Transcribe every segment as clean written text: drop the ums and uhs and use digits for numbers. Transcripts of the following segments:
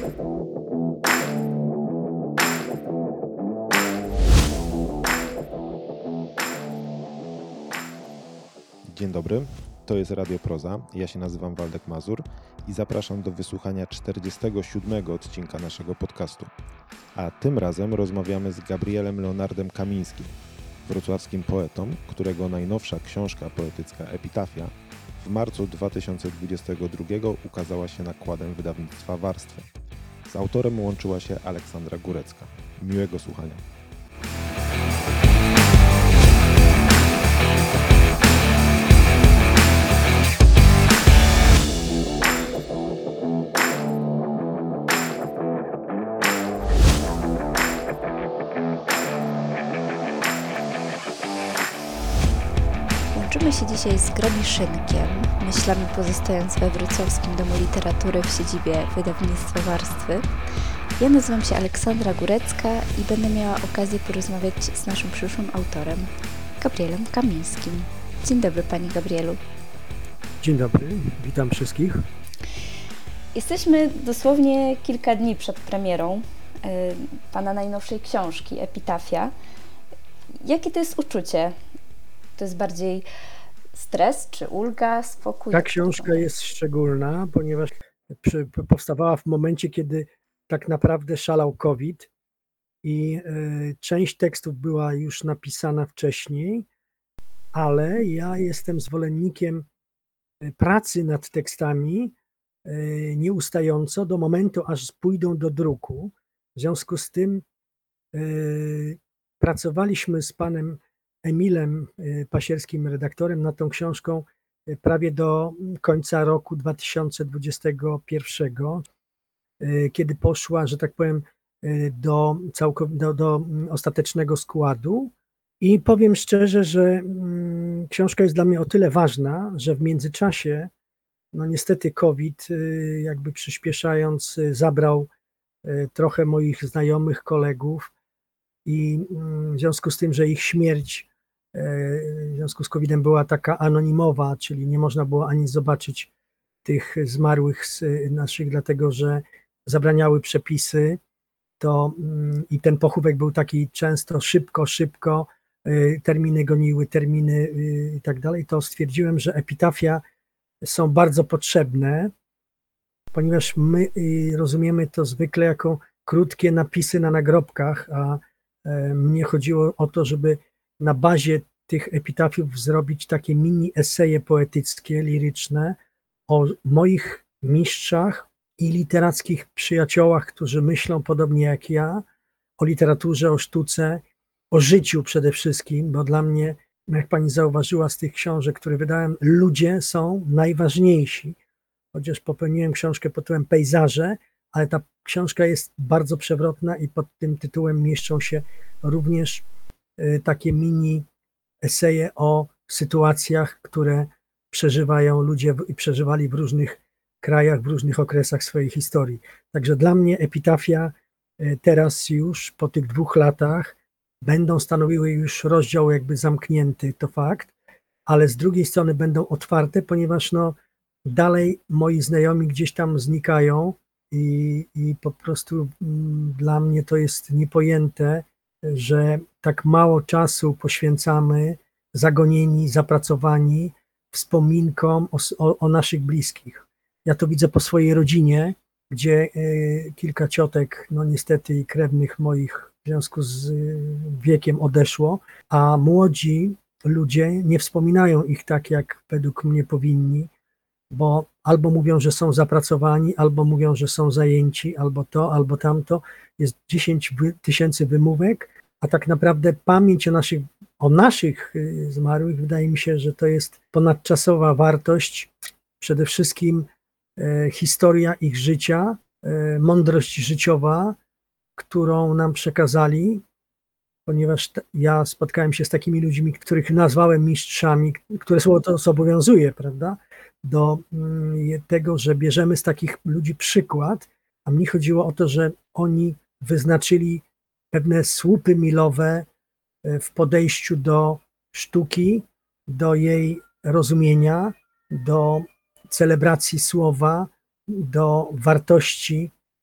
Dzień dobry, to jest Radio Proza, ja się nazywam Waldek Mazur i zapraszam do wysłuchania 47. odcinka naszego podcastu. A tym razem rozmawiamy z Gabrielem Leonardem Kamińskim, wrocławskim poetą, którego najnowsza książka poetycka Epitafia w marcu 2022 ukazała się nakładem wydawnictwa Warstwy. Z autorem łączyła się Aleksandra Górecka. Miłego słuchania. Łączymy się dzisiaj z Grabiszynkiem, myślami pozostając we Wrocławskim Domu Literatury w siedzibie wydawnictwa Warstwy. Ja nazywam się Aleksandra Górecka i będę miała okazję porozmawiać z naszym przyszłym autorem, Gabrielem Kamińskim. Dzień dobry, Pani Gabrielu. Dzień dobry, witam wszystkich. Jesteśmy dosłownie kilka dni przed premierą Pana najnowszej książki, Epitafia. Jakie to jest uczucie? To jest bardziej stres, czy ulga, spokój? Ta książka jest szczególna, ponieważ powstawała w momencie, kiedy tak naprawdę szalał COVID i część tekstów była już napisana wcześniej, ale ja jestem zwolennikiem pracy nad tekstami nieustająco do momentu, aż pójdą do druku. W związku z tym pracowaliśmy z panem Emilem Pasierskim, redaktorem, nad tą książką prawie do końca roku 2021, kiedy poszła, że tak powiem, do ostatecznego składu. I powiem szczerze, że książka jest dla mnie o tyle ważna, że w międzyczasie, no niestety COVID, jakby przyspieszając, zabrał trochę moich znajomych, kolegów i w związku z tym, że ich śmierć w związku z COVID-em była taka anonimowa, czyli nie można było ani zobaczyć tych zmarłych naszych, dlatego że zabraniały przepisy, to i ten pochówek był taki często szybko, terminy goniły terminy i tak dalej, to stwierdziłem, że epitafia są bardzo potrzebne, ponieważ my rozumiemy to zwykle jako krótkie napisy na nagrobkach, a mnie chodziło o to, żeby na bazie tych epitafiów zrobić takie mini eseje poetyckie, liryczne o moich mistrzach i literackich przyjaciołach, którzy myślą podobnie jak ja, o literaturze, o sztuce, o życiu przede wszystkim, bo dla mnie, jak pani zauważyła z tych książek, które wydałem, ludzie są najważniejsi. Chociaż popełniłem książkę pod tytułem Pejzaże, ale ta książka jest bardzo przewrotna i pod tym tytułem mieszczą się również takie mini eseje o sytuacjach, które przeżywają ludzie i przeżywali w różnych krajach, w różnych okresach swojej historii. Także dla mnie epitafia teraz już po tych 2 latach będą stanowiły już rozdział jakby zamknięty, to fakt, ale z drugiej strony będą otwarte, ponieważ no dalej moi znajomi gdzieś tam znikają i po prostu dla mnie to jest niepojęte, że tak mało czasu poświęcamy zagonieni, zapracowani wspominkom o naszych bliskich. Ja to widzę po swojej rodzinie, gdzie kilka ciotek, no niestety i krewnych moich w związku z wiekiem odeszło, a młodzi ludzie nie wspominają ich tak, jak według mnie powinni, bo albo mówią, że są zapracowani, albo mówią, że są zajęci, albo to, albo tamto. Jest 10 000 wymówek, a tak naprawdę pamięć o naszych zmarłych, wydaje mi się, że to jest ponadczasowa wartość, przede wszystkim historia ich życia, mądrość życiowa, którą nam przekazali, ponieważ ja spotkałem się z takimi ludźmi, których nazwałem mistrzami, które słowo to zobowiązuje, prawda, do tego, że bierzemy z takich ludzi przykład, a mnie chodziło o to, że oni wyznaczyli pewne słupy milowe w podejściu do sztuki, do jej rozumienia, do celebracji słowa, do wartości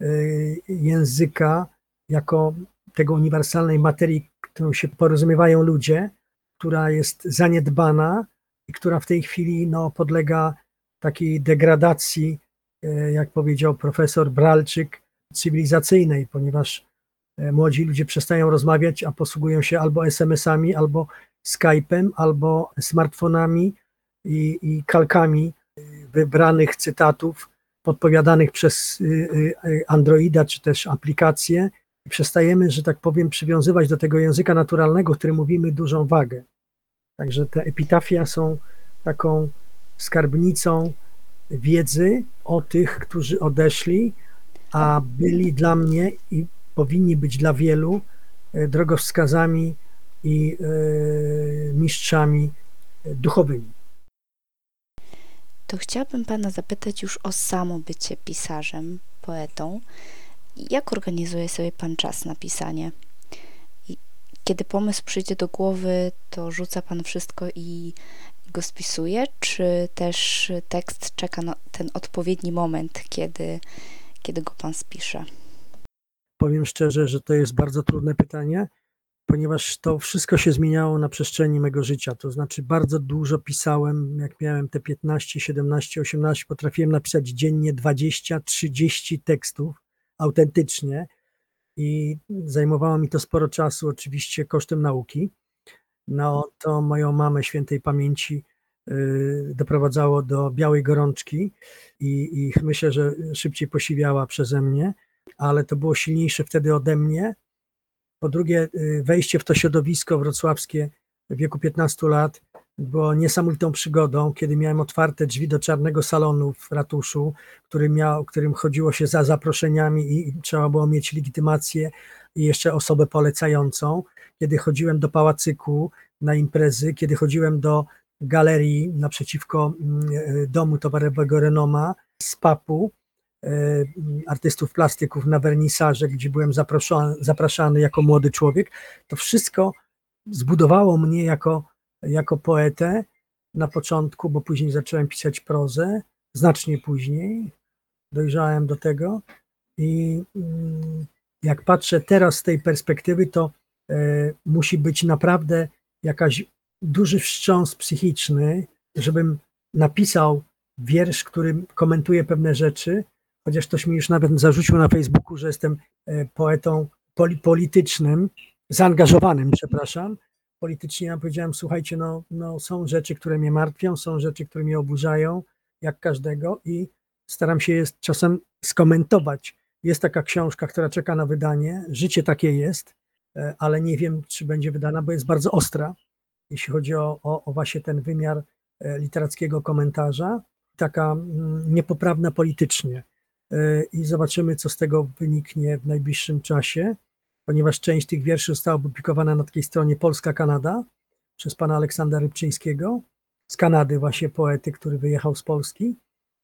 języka jako tego uniwersalnej materii, którą się porozumiewają ludzie, która jest zaniedbana i która w tej chwili podlega takiej degradacji, jak powiedział profesor Bralczyk, cywilizacyjnej, ponieważ młodzi ludzie przestają rozmawiać, a posługują się albo SMS-ami, albo Skype'em, albo smartfonami i kalkami wybranych cytatów podpowiadanych przez Androida czy też aplikacje. Przestajemy, że tak powiem, przywiązywać do tego języka naturalnego, w którym mówimy, dużą wagę. Także te epitafia są taką skarbnicą wiedzy o tych, którzy odeszli, a byli dla mnie i powinni być dla wielu drogowskazami i mistrzami duchowymi. To chciałabym Pana zapytać już o samo bycie pisarzem, poetą. Jak organizuje sobie Pan czas na pisanie? I kiedy pomysł przyjdzie do głowy, to rzuca Pan wszystko i go spisuje, czy też tekst czeka na ten odpowiedni moment, kiedy go Pan spisze? Powiem szczerze, że to jest bardzo trudne pytanie, ponieważ to wszystko się zmieniało na przestrzeni mego życia. To znaczy bardzo dużo pisałem, jak miałem te 15, 17, 18, potrafiłem napisać dziennie 20, 30 tekstów autentycznie i zajmowało mi to sporo czasu, oczywiście kosztem nauki. To moją mamę świętej pamięci doprowadzało do białej gorączki i myślę, że szybciej posiwiała przeze mnie, ale to było silniejsze wtedy ode mnie. Po drugie, wejście w to środowisko wrocławskie w wieku 15 lat było niesamowitą przygodą, kiedy miałem otwarte drzwi do czarnego salonu w ratuszu, którym chodziło się za zaproszeniami i trzeba było mieć legitymację i jeszcze osobę polecającą. Kiedy chodziłem do pałacyku na imprezy, kiedy chodziłem do galerii naprzeciwko domu towarowego Renoma, z PAP-u, artystów plastyków na wernisaże, gdzie byłem zapraszany jako młody człowiek, to wszystko zbudowało mnie jako poetę na początku, bo później zacząłem pisać prozę, znacznie później dojrzałem do tego i jak patrzę teraz z tej perspektywy, to musi być naprawdę jakaś duży wstrząs psychiczny, żebym napisał wiersz, którym komentuje pewne rzeczy, chociaż ktoś mi już nawet zarzucił na Facebooku, że jestem poetą politycznym, zaangażowanym, przepraszam. Politycznie ja powiedziałem, słuchajcie, są rzeczy, które mnie martwią, są rzeczy, które mnie oburzają, jak każdego i staram się je czasem skomentować. Jest taka książka, która czeka na wydanie, Życie takie jest, ale nie wiem, czy będzie wydana, bo jest bardzo ostra, jeśli chodzi o właśnie ten wymiar literackiego komentarza, taka niepoprawna politycznie. I zobaczymy, co z tego wyniknie w najbliższym czasie, ponieważ część tych wierszy została opublikowana na takiej stronie Polska-Kanada przez pana Aleksandra Rybczyńskiego, z Kanady właśnie poety, który wyjechał z Polski,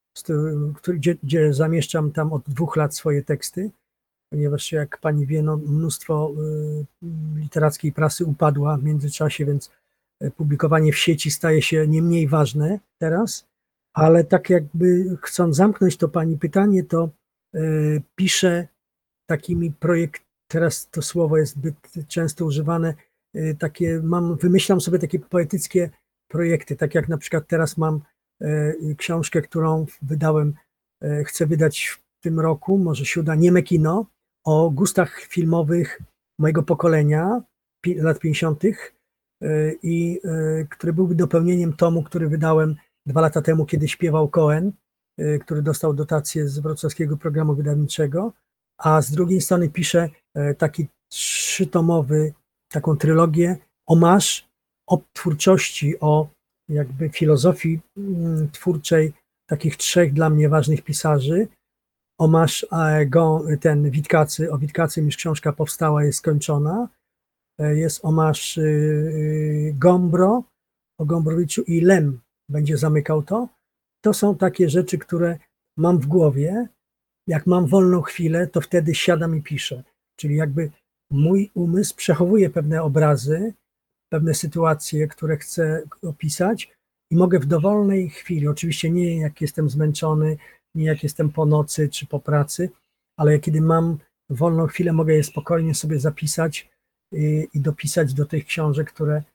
gdzie zamieszczam tam od 2 lat swoje teksty, ponieważ jak pani wie, mnóstwo literackiej prasy upadła w międzyczasie, więc publikowanie w sieci staje się nie mniej ważne teraz. Ale tak jakby chcąc zamknąć to pani pytanie, to piszę takimi teraz to słowo jest zbyt często używane, wymyślam sobie takie poetyckie projekty, tak jak na przykład teraz mam książkę, którą chcę wydać w tym roku, może się uda, Nieme kino, o gustach filmowych mojego pokolenia, lat 50. i który byłby dopełnieniem tomu, który wydałem 2 lata temu, kiedy śpiewał Cohen, który dostał dotację z wrocławskiego programu wydawniczego, a z drugiej strony piszę taki 3-tomowy, taką trylogię, omaż o twórczości, o jakby filozofii twórczej takich 3 dla mnie ważnych pisarzy. Omaż ten Witkacy, o Witkacym już książka powstała, jest skończona. Jest omaż Gombro, o Gombrowiczu i Lem będzie zamykał to. To są takie rzeczy, które mam w głowie. Jak mam wolną chwilę, to wtedy siadam i piszę. Czyli jakby mój umysł przechowuje pewne obrazy, pewne sytuacje, które chcę opisać i mogę w dowolnej chwili, oczywiście nie jak jestem zmęczony, nie jak jestem po nocy czy po pracy, ale kiedy mam wolną chwilę, mogę je spokojnie sobie zapisać i dopisać do tych książek,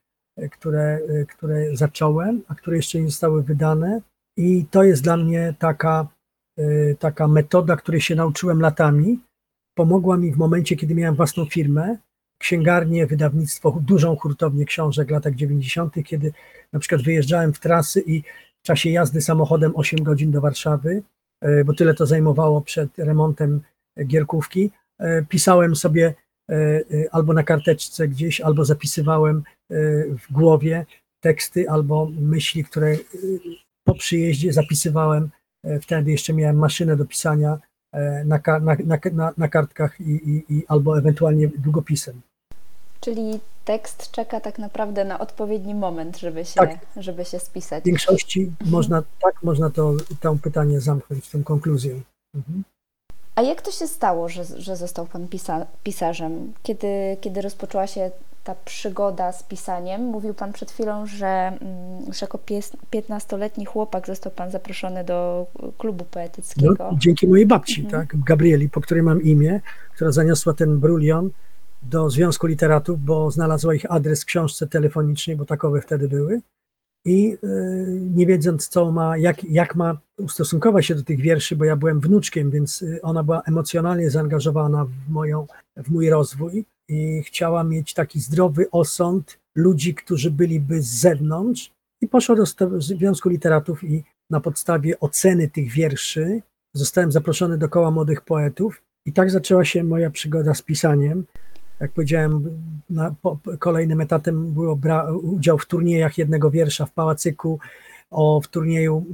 które zacząłem, a które jeszcze nie zostały wydane. I to jest dla mnie taka metoda, której się nauczyłem latami. Pomogła mi w momencie, kiedy miałem własną firmę, księgarnię, wydawnictwo, dużą hurtownię książek w latach 90., kiedy na przykład wyjeżdżałem w trasy i w czasie jazdy samochodem 8 godzin do Warszawy, bo tyle to zajmowało przed remontem Gierkówki, pisałem sobie albo na karteczce gdzieś, albo zapisywałem w głowie teksty albo myśli, które po przyjeździe zapisywałem. Wtedy jeszcze miałem maszynę do pisania na kartkach albo ewentualnie długopisem. Czyli tekst czeka tak naprawdę na odpowiedni moment, żeby się spisać. W większości można to pytanie zamknąć, tą konkluzję. Mhm. A jak to się stało, że został Pan pisarzem? Kiedy rozpoczęła się ta przygoda z pisaniem? Mówił Pan przed chwilą, że jako 15-letni chłopak został Pan zaproszony do klubu poetyckiego. No, dzięki mojej babci, tak, Gabrieli, po której mam imię, która zaniosła ten brulion do Związku Literatów, bo znalazła ich adres w książce telefonicznej, bo takowe wtedy były. I nie wiedząc, jak ma ustosunkować się do tych wierszy, bo ja byłem wnuczkiem, więc ona była emocjonalnie zaangażowana w mój rozwój i chciała mieć taki zdrowy osąd ludzi, którzy byliby z zewnątrz, i poszła do Związku Literatów i na podstawie oceny tych wierszy zostałem zaproszony do Koła Młodych Poetów i tak zaczęła się moja przygoda z pisaniem. Jak powiedziałem, kolejnym etapem było udział w turniejach jednego wiersza w Pałacyku, w turnieju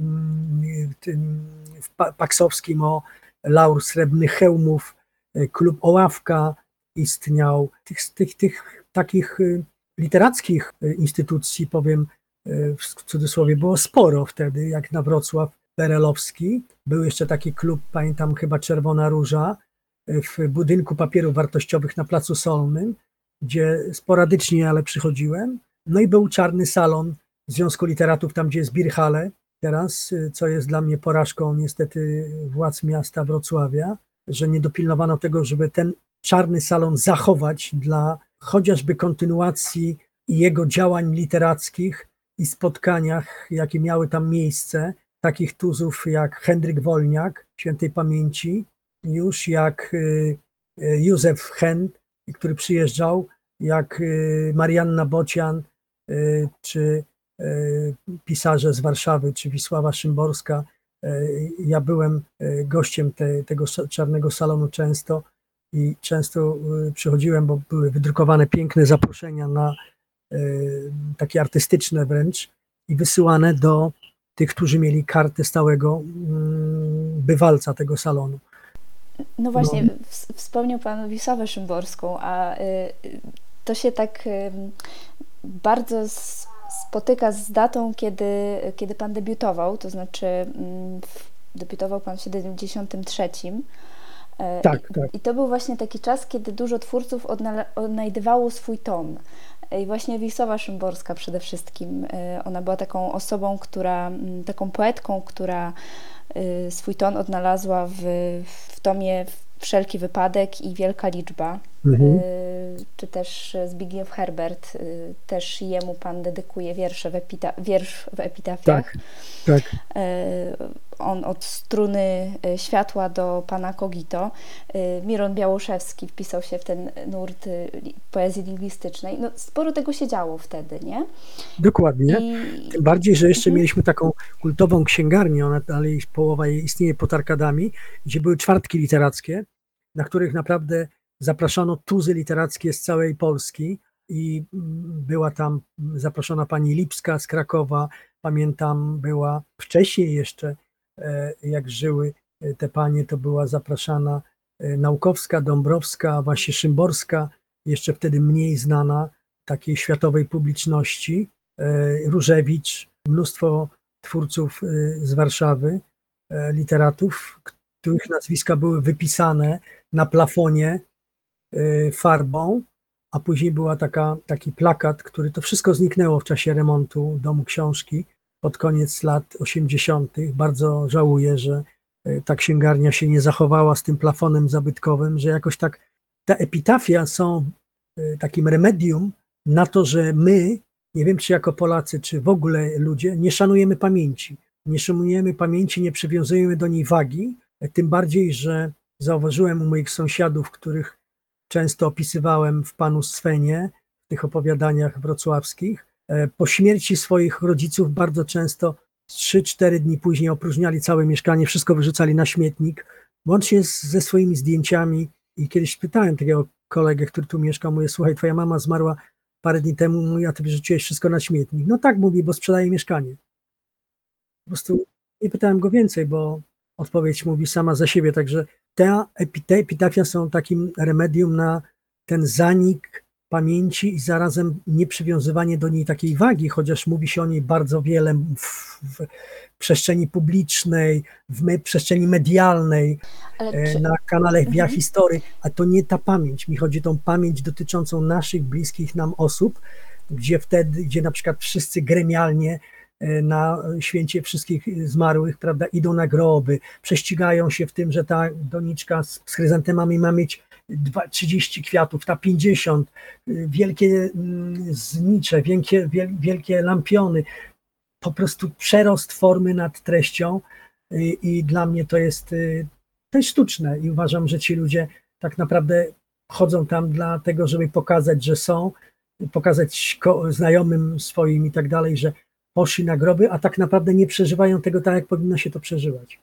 paksowskim o laur srebrnych hełmów, klub Oławka istniał. Tych takich literackich instytucji, powiem w cudzysłowie, było sporo wtedy, jak na Wrocław Perelowski. Był jeszcze taki klub, pamiętam, chyba Czerwona Róża, w budynku papierów wartościowych na Placu Solnym, gdzie sporadycznie, ale przychodziłem. No i był czarny salon Związku Literatów, tam gdzie jest Birchale teraz, co jest dla mnie porażką niestety władz miasta Wrocławia, że nie dopilnowano tego, żeby ten czarny salon zachować dla chociażby kontynuacji jego działań literackich i spotkaniach, jakie miały tam miejsce, takich tuzów jak Henryk Wolniak, świętej pamięci, już jak Józef Hen, który przyjeżdżał, jak Marianna Bocian, czy pisarze z Warszawy, czy Wisława Szymborska. Ja byłem gościem tego czarnego salonu często i często przychodziłem, bo były wydrukowane piękne zaproszenia na takie artystyczne wręcz i wysyłane do tych, którzy mieli kartę stałego bywalca tego salonu. No właśnie, wspomniał Pan Wisławę Szymborską, a to się tak bardzo spotyka z datą, kiedy Pan debiutował, to znaczy debiutował Pan w 73. Tak. I to był właśnie taki czas, kiedy dużo twórców odnajdywało swój ton. I właśnie Wisława Szymborska przede wszystkim, ona była taką osobą, taką poetką, która swój ton odnalazła w tomie Wszelki Wypadek i Wielka Liczba, czy też Zbigniew Herbert, też jemu Pan dedykuje wiersz w epitafiach. Tak. On od Struny Światła do Pana Kogito. Miron Białoszewski wpisał się w ten nurt poezji lingwistycznej. No, sporo tego się działo wtedy, nie? Dokładnie. Tym bardziej, że jeszcze mieliśmy taką kultową księgarnię, ona dalej, połowa jej istnieje pod arkadami, gdzie były czwartki literackie, na których naprawdę zapraszano tuzy literackie z całej Polski i była tam zaproszona pani Lipska z Krakowa, pamiętam, była wcześniej jeszcze, jak żyły te panie, to była zapraszana Naukowska, Dąbrowska, właśnie Szymborska, jeszcze wtedy mniej znana takiej światowej publiczności, Różewicz, mnóstwo twórców z Warszawy, literatów, których nazwiska były wypisane na plafonie farbą, a później była taki plakat, który to wszystko zniknęło w czasie remontu Domu Książki pod koniec lat 80. Bardzo żałuję, że ta księgarnia się nie zachowała z tym plafonem zabytkowym, że jakoś tak te epitafia są takim remedium na to, że my, nie wiem czy jako Polacy, czy w ogóle ludzie, nie szanujemy pamięci. Nie szanujemy pamięci, nie przywiązujemy do niej wagi, tym bardziej, że zauważyłem u moich sąsiadów, których często opisywałem w Panu Svenie, w tych opowiadaniach wrocławskich, po śmierci swoich rodziców bardzo często 3-4 dni później opróżniali całe mieszkanie, wszystko wyrzucali na śmietnik, łącznie ze swoimi zdjęciami. I kiedyś pytałem takiego kolegę, który tu mieszkał, mówię, słuchaj, twoja mama zmarła parę dni temu, mówi, a ty wyrzuciłeś wszystko na śmietnik. No tak, mówi, bo sprzedaje mieszkanie. Po prostu nie pytałem go więcej, bo odpowiedź mówi sama za siebie, także te epitafia są takim remedium na ten zanik pamięci i zarazem nieprzywiązywanie do niej takiej wagi, chociaż mówi się o niej bardzo wiele w przestrzeni publicznej, w przestrzeni medialnej, na kanale Via History, a to nie ta pamięć. Mi chodzi o tą pamięć dotyczącą naszych bliskich nam osób, gdzie na przykład wszyscy gremialnie na święcie wszystkich zmarłych, prawda, idą na groby, prześcigają się w tym, że ta doniczka z chryzantemami ma mieć 30 kwiatów, ta 50, wielkie znicze, wielkie lampiony, po prostu przerost formy nad treścią i dla mnie to jest sztuczne i uważam, że ci ludzie tak naprawdę chodzą tam dlatego, żeby pokazać, że są, pokazać znajomym swoim i tak dalej, że poszli na groby, a tak naprawdę nie przeżywają tego tak, jak powinno się to przeżywać.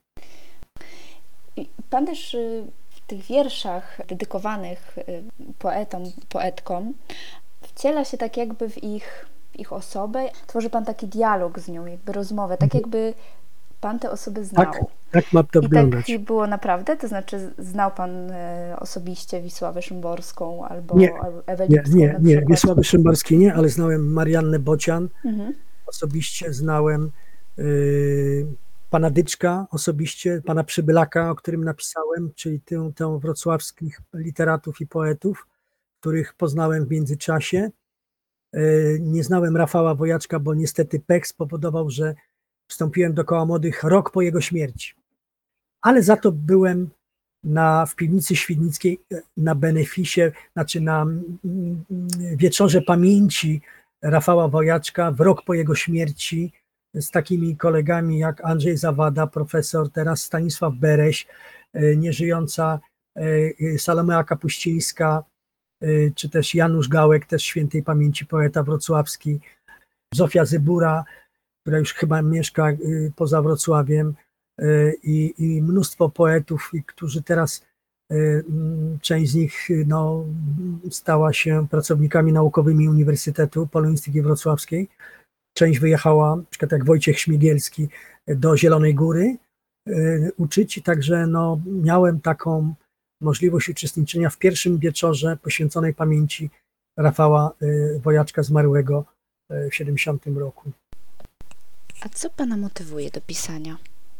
Pan też w tych wierszach dedykowanych poetom, poetkom wciela się tak jakby w ich osobę. Tworzy Pan taki dialog z nią, jakby rozmowę, tak jakby Pan te osoby znał. Tak ma to wyglądać. I tak było naprawdę? To znaczy znał Pan osobiście Wisławę Szymborską albo Ewę Lipską na przykład? Nie, Wisławy Szymborskiej nie, ale znałem Mariannę Bocian, osobiście znałem pana Dyczka, osobiście pana Przybylaka, o którym napisałem, czyli tę wrocławskich literatów i poetów, których poznałem w międzyczasie. Nie znałem Rafała Wojaczka, bo niestety pech spowodował, że wstąpiłem do Koła Młodych rok po jego śmierci. Ale za to byłem w Piwnicy Świdnickiej na beneficie, znaczy na wieczorze pamięci Rafała Wojaczka w rok po jego śmierci z takimi kolegami jak Andrzej Zawada, profesor, teraz Stanisław Bereś, nieżyjąca Salomea Kapuścińska, czy też Janusz Gałek, też świętej pamięci poeta wrocławski, Zofia Zybura, która już chyba mieszka poza Wrocławiem, i mnóstwo poetów, którzy teraz część z nich stała się pracownikami naukowymi Uniwersytetu Polonistyki Wrocławskiej. Część wyjechała, na przykład jak Wojciech Śmigielski, do Zielonej Góry uczyć, także miałem taką możliwość uczestniczenia w pierwszym wieczorze poświęconej pamięci Rafała Wojaczka zmarłego w 70 roku. A co Pana motywuje do pisania?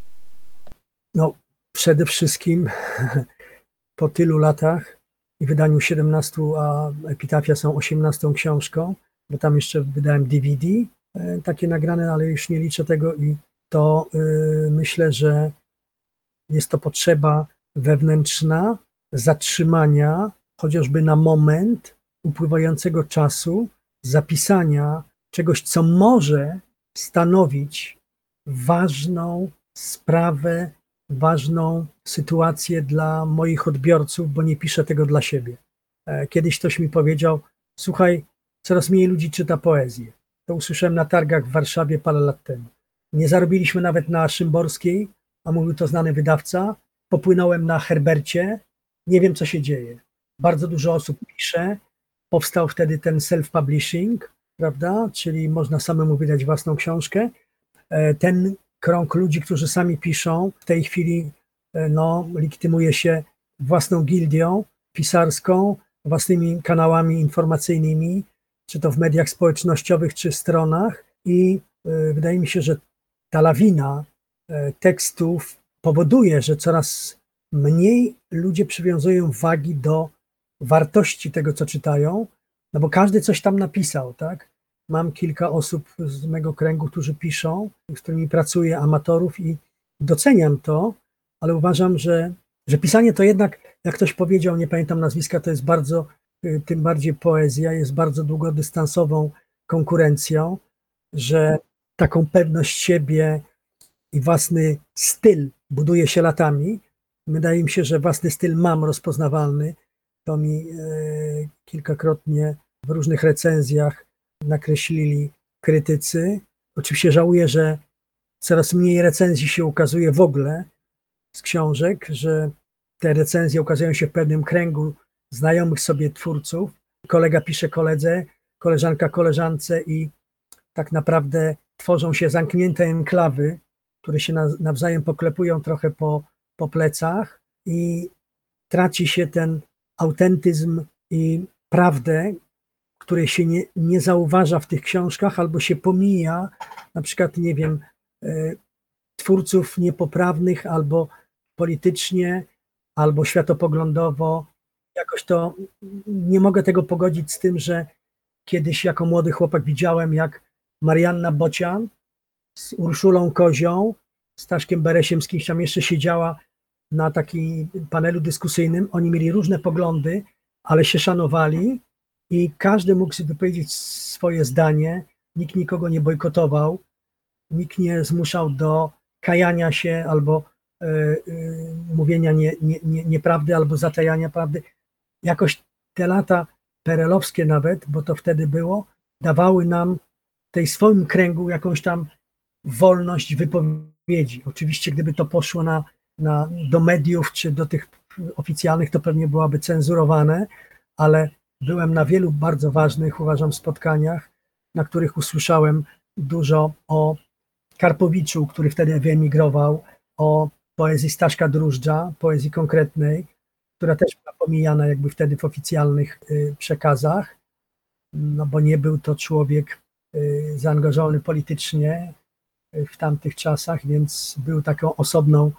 Przede wszystkim po tylu latach i wydaniu 17, a epitafia są 18 książką, bo tam jeszcze wydałem DVD, takie nagrane, ale już nie liczę tego i to myślę, że jest to potrzeba wewnętrzna zatrzymania, chociażby na moment upływającego czasu, zapisania czegoś, co może stanowić ważną sprawę, ważną sytuację dla moich odbiorców, bo nie piszę tego dla siebie. Kiedyś ktoś mi powiedział, słuchaj, coraz mniej ludzi czyta poezję. To usłyszałem na targach w Warszawie parę lat temu. Nie zarobiliśmy nawet na Szymborskiej, a mówił to znany wydawca. Popłynąłem na Herbercie, nie wiem co się dzieje. Bardzo dużo osób pisze, powstał wtedy ten self-publishing, prawda, czyli można samemu wydać własną książkę. Ten krąg ludzi, którzy sami piszą, w tej chwili legitymuje się własną gildią pisarską, własnymi kanałami informacyjnymi, czy to w mediach społecznościowych, czy stronach i wydaje mi się, że ta lawina tekstów powoduje, że coraz mniej ludzie przywiązują wagi do wartości tego, co czytają, no bo każdy coś tam napisał, tak? Mam kilka osób z mego kręgu, którzy piszą, z którymi pracuję, amatorów i doceniam to, ale uważam, że pisanie to jednak, jak ktoś powiedział, nie pamiętam nazwiska, to jest bardzo, tym bardziej poezja, jest bardzo długodystansową konkurencją, że taką pewność siebie i własny styl buduje się latami. Wydaje mi się, że własny styl mam rozpoznawalny. To mi kilkakrotnie w różnych recenzjach nakreślili krytycy. Oczywiście żałuję, że coraz mniej recenzji się ukazuje w ogóle z książek, że te recenzje ukazują się w pewnym kręgu znajomych sobie twórców. Kolega pisze koledze, koleżanka koleżance i tak naprawdę tworzą się zamknięte enklawy, które się nawzajem poklepują trochę po plecach i traci się ten autentyzm i prawdę, której się nie zauważa w tych książkach albo się pomija, na przykład, nie wiem, twórców niepoprawnych albo politycznie, albo światopoglądowo. Jakoś to nie mogę tego pogodzić z tym, że kiedyś jako młody chłopak widziałem, jak Marianna Bocian z Urszulą Kozią, Staszkiem Beresiem, z kimś tam jeszcze siedziała na takim panelu dyskusyjnym. Oni mieli różne poglądy, ale się szanowali i każdy mógł sobie wypowiedzieć swoje zdanie. Nikt nikogo nie bojkotował, nikt nie zmuszał do kajania się albo mówienia nieprawdy albo zatajania prawdy. Jakoś te lata perelowskie nawet, bo to wtedy było, dawały nam w tej swoim kręgu jakąś tam wolność wypowiedzi. Oczywiście gdyby to poszło do mediów czy do tych oficjalnych, to pewnie byłaby cenzurowane, ale byłem na wielu bardzo ważnych, uważam, spotkaniach, na których usłyszałem dużo o Karpowiczu, który wtedy wyemigrował, o poezji Staszka Drużdża, poezji konkretnej, która też była pomijana jakby wtedy w oficjalnych przekazach, no bo nie był to człowiek zaangażowany politycznie w tamtych czasach, więc był taką osobną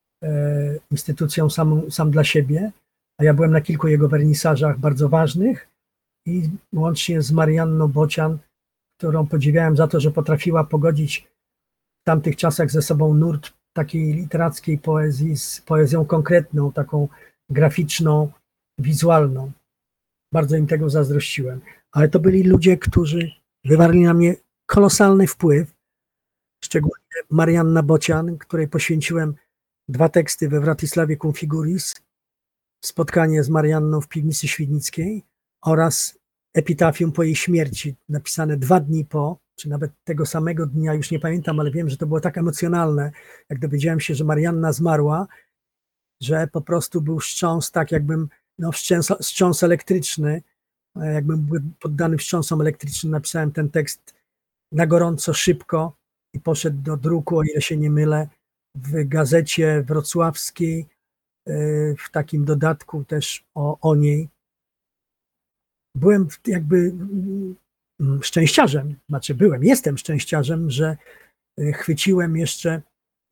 instytucją sam dla siebie, a ja byłem na kilku jego wernisażach bardzo ważnych i łącznie z Marianną Bocian, którą podziwiałem za to, że potrafiła pogodzić w tamtych czasach ze sobą nurt takiej literackiej poezji z poezją konkretną, taką graficzną, wizualną. Bardzo im tego zazdrościłem. Ale to byli ludzie, którzy wywarli na mnie kolosalny wpływ, szczególnie Marianna Bocian, której poświęciłem 2 teksty we Wratisławie cum figuris, spotkanie z Marianną w piwnicy świdnickiej oraz epitafium po jej śmierci, napisane 2 dni po, czy nawet tego samego dnia, już nie pamiętam, ale wiem, że to było tak emocjonalne, jak dowiedziałem się, że Marianna zmarła, że po prostu był wstrząs, tak jakbym, wstrząs elektryczny, jakbym był poddany wstrząsom elektrycznym, napisałem ten tekst na gorąco, szybko i poszedł do druku, o ile się nie mylę, w gazecie wrocławskiej, w takim dodatku też o niej. Byłem jakby szczęściarzem, jestem szczęściarzem, że chwyciłem jeszcze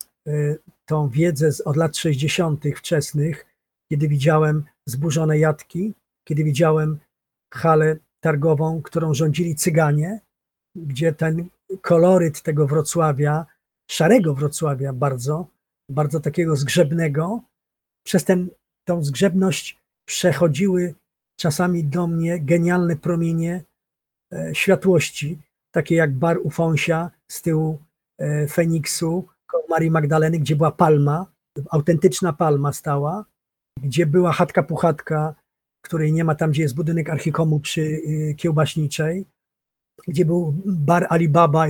tą wiedzę od lat 60. wczesnych, kiedy widziałem Zburzone Jatki, kiedy widziałem halę targową, którą rządzili Cyganie, gdzie ten koloryt tego Wrocławia, szarego Wrocławia bardzo, bardzo takiego zgrzebnego, przez tą zgrzebność przechodziły czasami do mnie genialne promienie światłości, takie jak bar u Fąsia z tyłu Feniksu, koło Marii Magdaleny, gdzie była palma, autentyczna palma stała, gdzie była chatka puchatka, której nie ma tam, gdzie jest budynek Archikomu przy Kiełbaśniczej, gdzie był bar Alibaba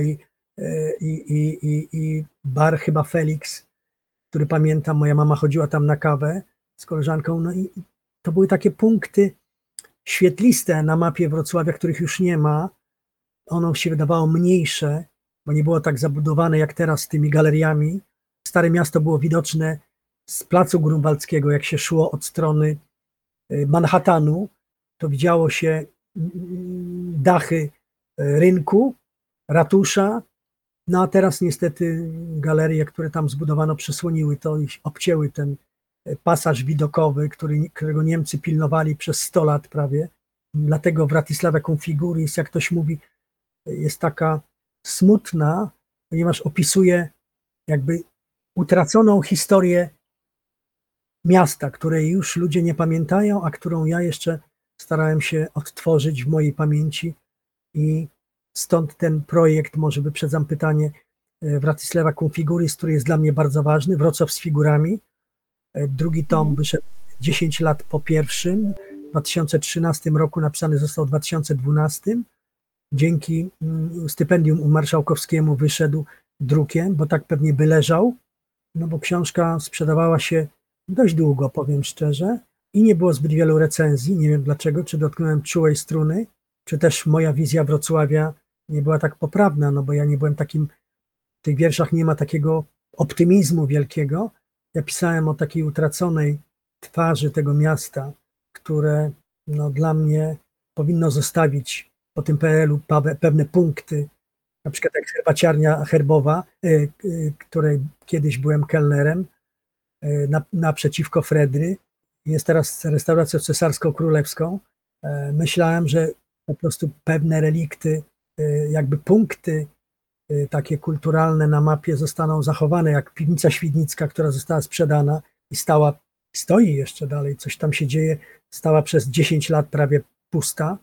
i bar chyba Felix, który pamiętam, moja mama chodziła tam na kawę z koleżanką, no i to były takie punkty świetliste na mapie Wrocławia, których już nie ma. Ono się wydawało mniejsze, bo nie było tak zabudowane jak teraz tymi galeriami. Stare miasto było widoczne z Placu Grunwaldzkiego, jak się szło od strony Manhattanu, to widziało się dachy rynku, ratusza, no a teraz niestety galerie, które tam zbudowano, przesłoniły to i obcięły ten pasaż widokowy, którego Niemcy pilnowali przez 100 lat prawie. Dlatego Wratisława cum figuris, jak ktoś mówi, jest taka smutna, ponieważ opisuje jakby utraconą historię miasta, której już ludzie nie pamiętają, a którą ja jeszcze starałem się odtworzyć w mojej pamięci i stąd ten projekt, może wyprzedzam pytanie, Wratysława Configuris, który jest dla mnie bardzo ważny, Wrocław z figurami. Drugi tom wyszedł 10 lat po pierwszym, w 2013 roku, napisany został w 2012. Dzięki stypendium marszałkowskiemu wyszedł drukiem, bo tak pewnie by leżał, no bo książka sprzedawała się dość długo, powiem szczerze, i nie było zbyt wielu recenzji, nie wiem dlaczego, czy dotknąłem czułej struny, czy też moja wizja Wrocławia nie była tak poprawna, no bo ja nie byłem takim, w tych wierszach nie ma takiego optymizmu wielkiego. Ja pisałem o takiej utraconej twarzy tego miasta, które no, dla mnie powinno zostawić po tym PRL-u pewne punkty, na przykład jak herbaciarnia herbowa, której kiedyś byłem kelnerem, naprzeciwko Fredry. Jest teraz restauracją cesarsko-królewską. Myślałem, że po prostu pewne relikty, jakby punkty takie kulturalne na mapie zostaną zachowane, jak piwnica świdnicka, która została sprzedana i stoi jeszcze dalej, coś tam się dzieje, stała przez 10 lat prawie pusta.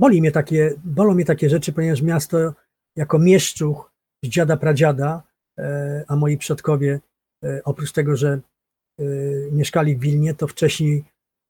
Bolą mnie takie rzeczy, ponieważ miasto jako mieszczuch z dziada pradziada, a moi przodkowie oprócz tego, że mieszkali w Wilnie, to wcześniej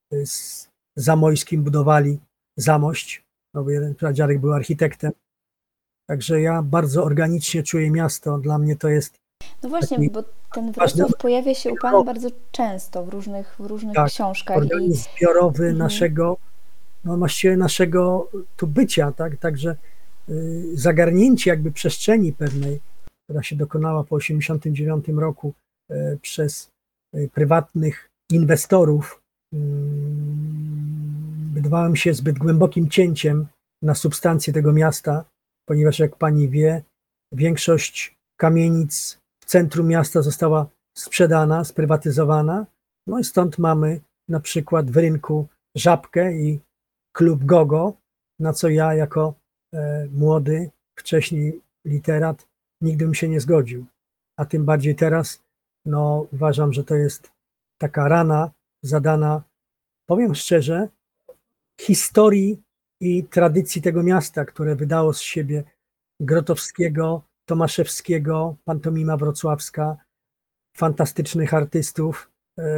z Zamojskim budowali Zamość, no bo jeden pradziadek był architektem. Także ja bardzo organicznie czuję miasto. Dla mnie to jest... No właśnie, bo ten Wrocław pojawia się u Pana bardzo często w różnych tak, książkach. Organizm zbiorowy naszego, no właściwie naszego tu bycia, tak? Także zagarnięcie jakby przestrzeni pewnej, która się dokonała po 1989 roku przez prywatnych inwestorów, wydawało mi się zbyt głębokim cięciem na substancję tego miasta, ponieważ jak pani wie, większość kamienic w centrum miasta została sprzedana, sprywatyzowana, no i stąd mamy na przykład w rynku Żabkę i klub Gogo, na co ja jako młody, wcześniej literat nigdy bym się nie zgodził, a tym bardziej teraz, no uważam, że to jest taka rana zadana, powiem szczerze, historii i tradycji tego miasta, które wydało z siebie Grotowskiego, Tomaszewskiego, pantomima wrocławska, fantastycznych artystów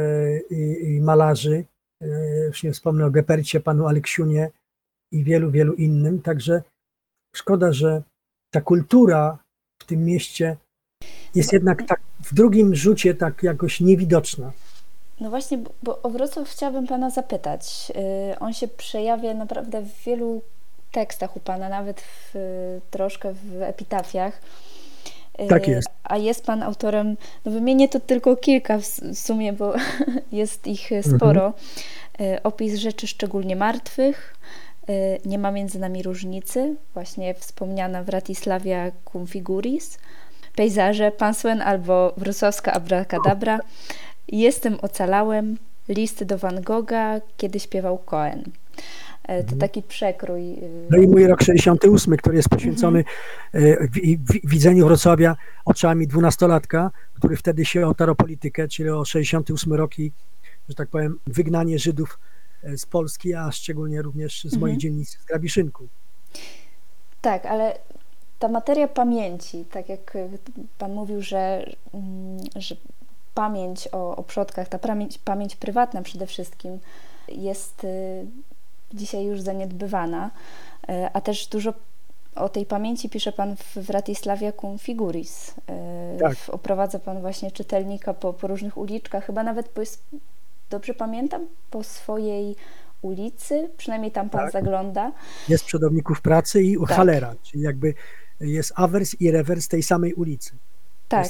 i malarzy, już nie wspomnę o Gepercie, panu Aleksiunie i wielu, wielu innym, także szkoda, że ta kultura w tym mieście jest jednak tak w drugim rzucie tak jakoś niewidoczna. No właśnie, bo o Wrocław chciałabym Pana zapytać. On się przejawia naprawdę w wielu tekstach u Pana, nawet troszkę w epitafiach. Tak jest. A jest Pan autorem, no wymienię to tylko kilka w sumie, bo jest ich sporo. Opis rzeczy szczególnie martwych, nie ma między nami różnicy, właśnie wspomniana Wratysławia Configuris, pejzaże, Pansuen albo wrocławska abracadabra, jestem ocalałem, listy do Van Gogha, kiedy śpiewał Cohen. To taki przekrój. No i mój rok 68, który jest poświęcony widzeniu Wrocławia oczami 12-latka, który wtedy się otarł o politykę, czyli o 68 rok i, że tak powiem, wygnanie Żydów z Polski, a szczególnie również z mojej dzielnicy, z Grabiszynku. Tak, ale ta materia pamięci, tak jak Pan mówił, że pamięć o przodkach, ta pamięć prywatna przede wszystkim jest dzisiaj już zaniedbywana, a też dużo o tej pamięci pisze Pan w Wratysławia Configuris. Tak. Oprowadza Pan właśnie czytelnika po różnych uliczkach, chyba nawet, dobrze pamiętam, po swojej ulicy, przynajmniej tam Pan zagląda. Jest przodowników pracy i Halera, czyli jakby jest awers i rewers tej samej ulicy. Tak.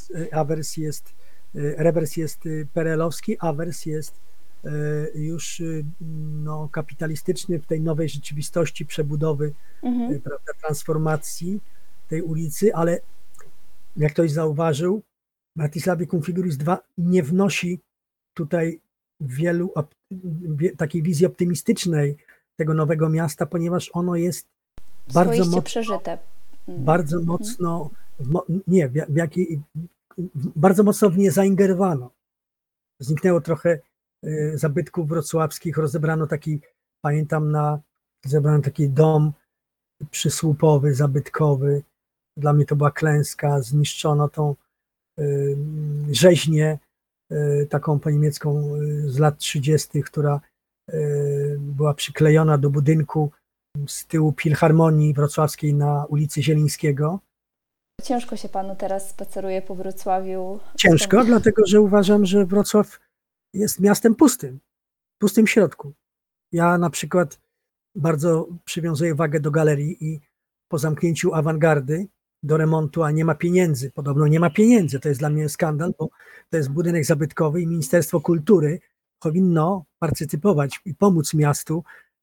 Rewers jest perelowski, awers jest już no, kapitalistyczny w tej nowej rzeczywistości przebudowy, prawda, transformacji tej ulicy, ale jak ktoś zauważył, Wratysławie Configuris 2 nie wnosi tutaj wielu takiej wizji optymistycznej tego nowego miasta, ponieważ ono jest bardzo mocno przeżyte. Bardzo mocno bardzo mocno w nie zaingerowano. Zniknęło trochę zabytków wrocławskich. Pamiętam, zebrano taki dom przysłupowy, zabytkowy. Dla mnie to była klęska. Zniszczono tą rzeźnię, taką po niemiecką z lat 30., która była przyklejona do budynku z tyłu Filharmonii Wrocławskiej na ulicy Zielińskiego. Ciężko się panu teraz spaceruje po Wrocławiu. Ciężko, dlatego że uważam, że Wrocław jest miastem pustym w środku. Ja na przykład bardzo przywiązuję wagę do galerii i po zamknięciu awangardy do remontu, a nie ma pieniędzy. Podobno nie ma pieniędzy. To jest dla mnie skandal, bo to jest budynek zabytkowy i Ministerstwo Kultury powinno partycypować i pomóc miastu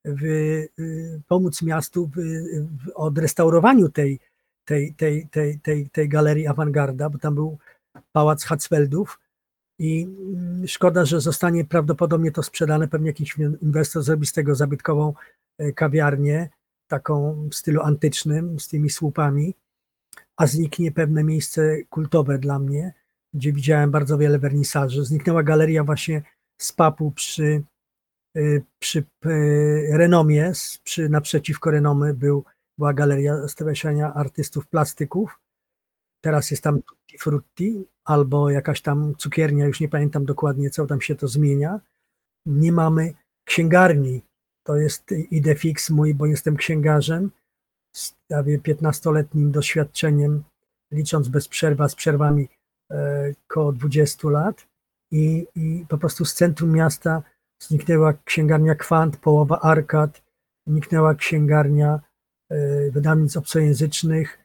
w odrestaurowaniu tej galerii awangarda, bo tam był pałac Hatzfeldów i szkoda, że zostanie prawdopodobnie to sprzedane, pewnie jakiś inwestor zrobi z tego zabytkową kawiarnię, taką w stylu antycznym, z tymi słupami, a zniknie pewne miejsce kultowe dla mnie, gdzie widziałem bardzo wiele wernisaży. Zniknęła galeria właśnie z Papu przy Renomie, naprzeciwko Renomy była galeria stowarzyszenia artystów plastyków. Teraz jest tam Tutti Frutti albo jakaś tam cukiernia, już nie pamiętam dokładnie, co tam się to zmienia. Nie mamy księgarni. To jest idée fixe mój, bo jestem księgarzem z prawie 15-letnim doświadczeniem, licząc bez przerwy, a z przerwami około 20 lat. I po prostu z centrum miasta zniknęła księgarnia Kwant, połowa arkad, zniknęła księgarnia wydawnictw obcojęzycznych,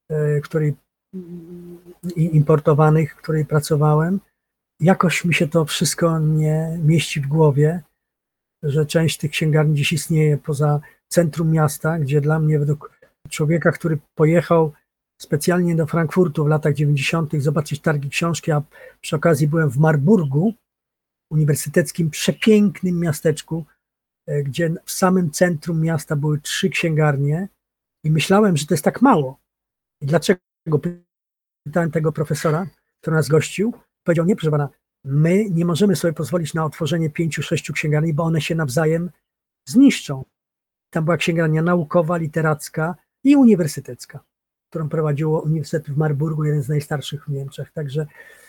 importowanych, w której pracowałem. Jakoś mi się to wszystko nie mieści w głowie, że część tych księgarni dziś istnieje poza centrum miasta, gdzie dla mnie, według człowieka, który pojechał specjalnie do Frankfurtu w latach 90. zobaczyć targi książki, a przy okazji byłem w Marburgu, uniwersyteckim, przepięknym miasteczku, gdzie w samym centrum miasta były 3 księgarnie i myślałem, że to jest tak mało. I dlaczego? Pytałem tego profesora, który nas gościł, powiedział: nie, proszę pana, my nie możemy sobie pozwolić na otworzenie 5-6 księgarni, bo one się nawzajem zniszczą. Tam była księgarnia naukowa, literacka i uniwersytecka, którą prowadziło Uniwersytet w Marburgu, jeden z najstarszych w Niemczech. Także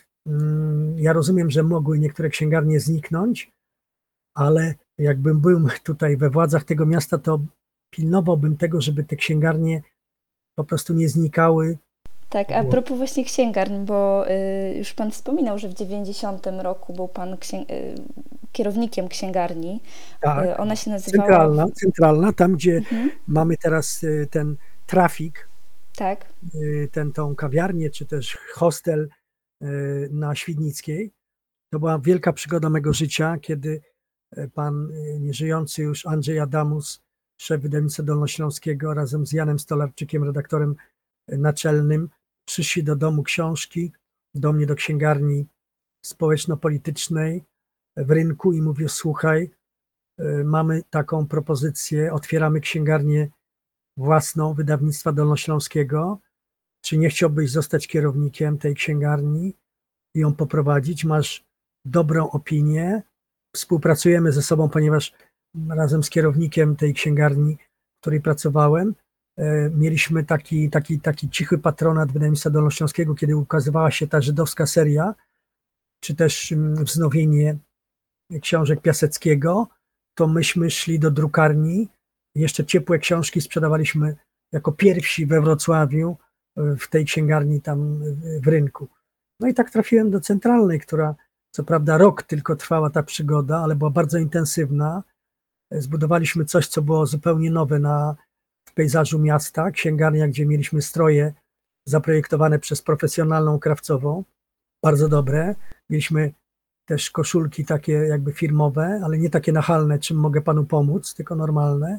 ja rozumiem, że mogły niektóre księgarnie zniknąć, ale jakbym był tutaj we władzach tego miasta, to pilnowałbym tego, żeby te księgarnie po prostu nie znikały. Tak, a propos właśnie księgarni, bo już pan wspominał, że w 90 roku był pan kierownikiem księgarni. Tak, Ona się nazywała... Centralna, tam gdzie mamy teraz ten trafik, tak. Tą kawiarnię, czy też hostel na Świdnickiej. To była wielka przygoda mego życia, kiedy pan nieżyjący już Andrzej Adamus, szef wydawnictwa dolnośląskiego, razem z Janem Stolarczykiem, redaktorem naczelnym, przyszli do Domu Książki, do mnie, do księgarni społeczno-politycznej w Rynku i mówią: słuchaj, mamy taką propozycję, otwieramy księgarnię własną wydawnictwa dolnośląskiego, czy nie chciałbyś zostać kierownikiem tej księgarni i ją poprowadzić? Masz dobrą opinię, współpracujemy ze sobą, ponieważ razem z kierownikiem tej księgarni, w której pracowałem, mieliśmy taki cichy patronat wydawnictwa dolnośląskiego, kiedy ukazywała się ta żydowska seria, czy też wznowienie książek Piaseckiego, to myśmy szli do drukarni, jeszcze ciepłe książki sprzedawaliśmy jako pierwsi we Wrocławiu, w tej księgarni tam w Rynku. No i tak trafiłem do Centralnej, która co prawda rok tylko trwała ta przygoda, ale była bardzo intensywna. Zbudowaliśmy coś, co było zupełnie nowe w pejzażu miasta. Księgarnia, gdzie mieliśmy stroje zaprojektowane przez profesjonalną krawcową, bardzo dobre. Mieliśmy też koszulki takie jakby firmowe, ale nie takie nachalne, czym mogę panu pomóc, tylko normalne.